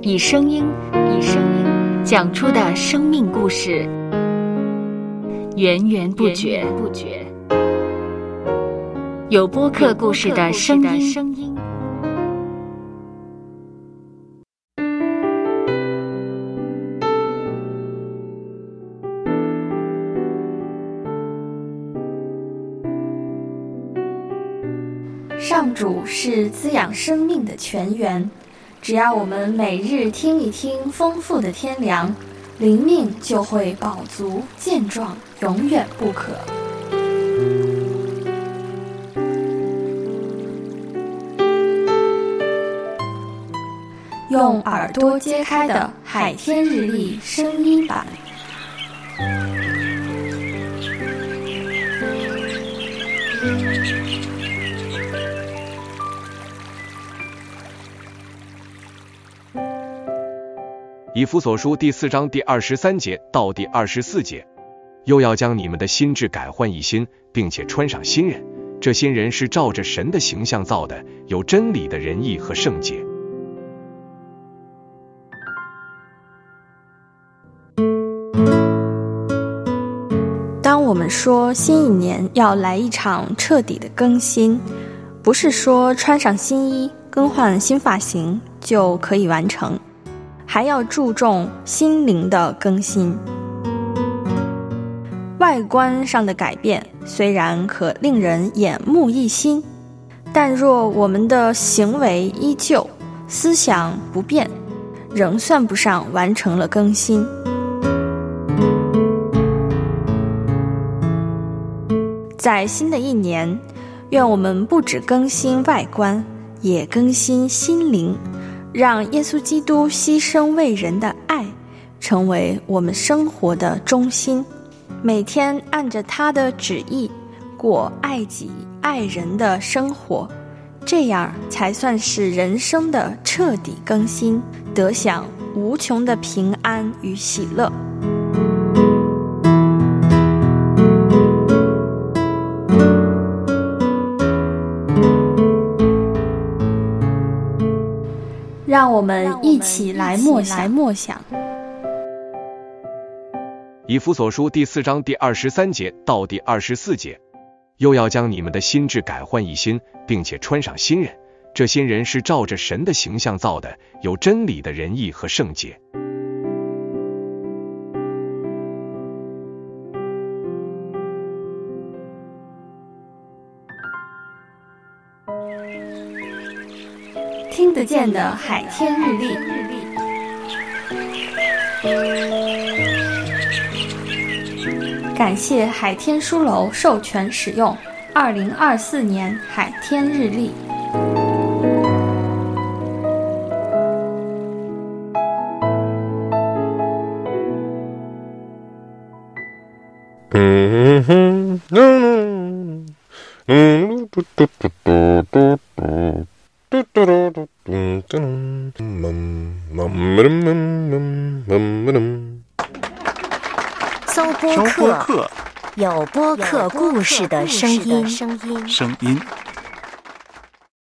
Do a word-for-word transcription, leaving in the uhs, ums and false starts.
以声音，以声音讲出的生命故事，源源不绝。有播客故事的声音。 上主是滋养生命的泉源，只要我们每日听一听丰富的天粮，灵命就会饱足健壮，永远不渴。用耳朵揭开的海天日历声音版。 以弗所书第四章第二十三节到第二十四节，又要将你们的心志改换一新，并且穿上新人。这新人是照着神的形象造的，有真理的仁义和圣洁。 当我们说新一年要来一场彻底的更新，不是说穿上新衣、更换新发型就可以完成，还要注重心灵的更新。外观上的改变虽然可令人眼目一新，但若我们的行为依旧，思想不变，仍算不上完成了更新。在新的一年，愿我们不只更新外观，也更新心灵，让耶稣基督牺牲为人的爱成为我们生活的中心，每天按着他的旨意过爱己爱人的生活，这样才算是人生的彻底更新，得享无穷的平安与喜乐。让我们一起来默想。 以弗所书第四章第二十三节到第二十四节，又要将你们的心志改换一新，并且穿上新人。这新人是照着神的形象造的，有真理的仁义和圣洁。 听得见的海天日历，感谢海天书楼授权使用二零二四年海天日历。 嗯哼，嗯嗯，嘟嘟嘟嘟嘟嘟。 搜播客，有播客故事的声音。 声音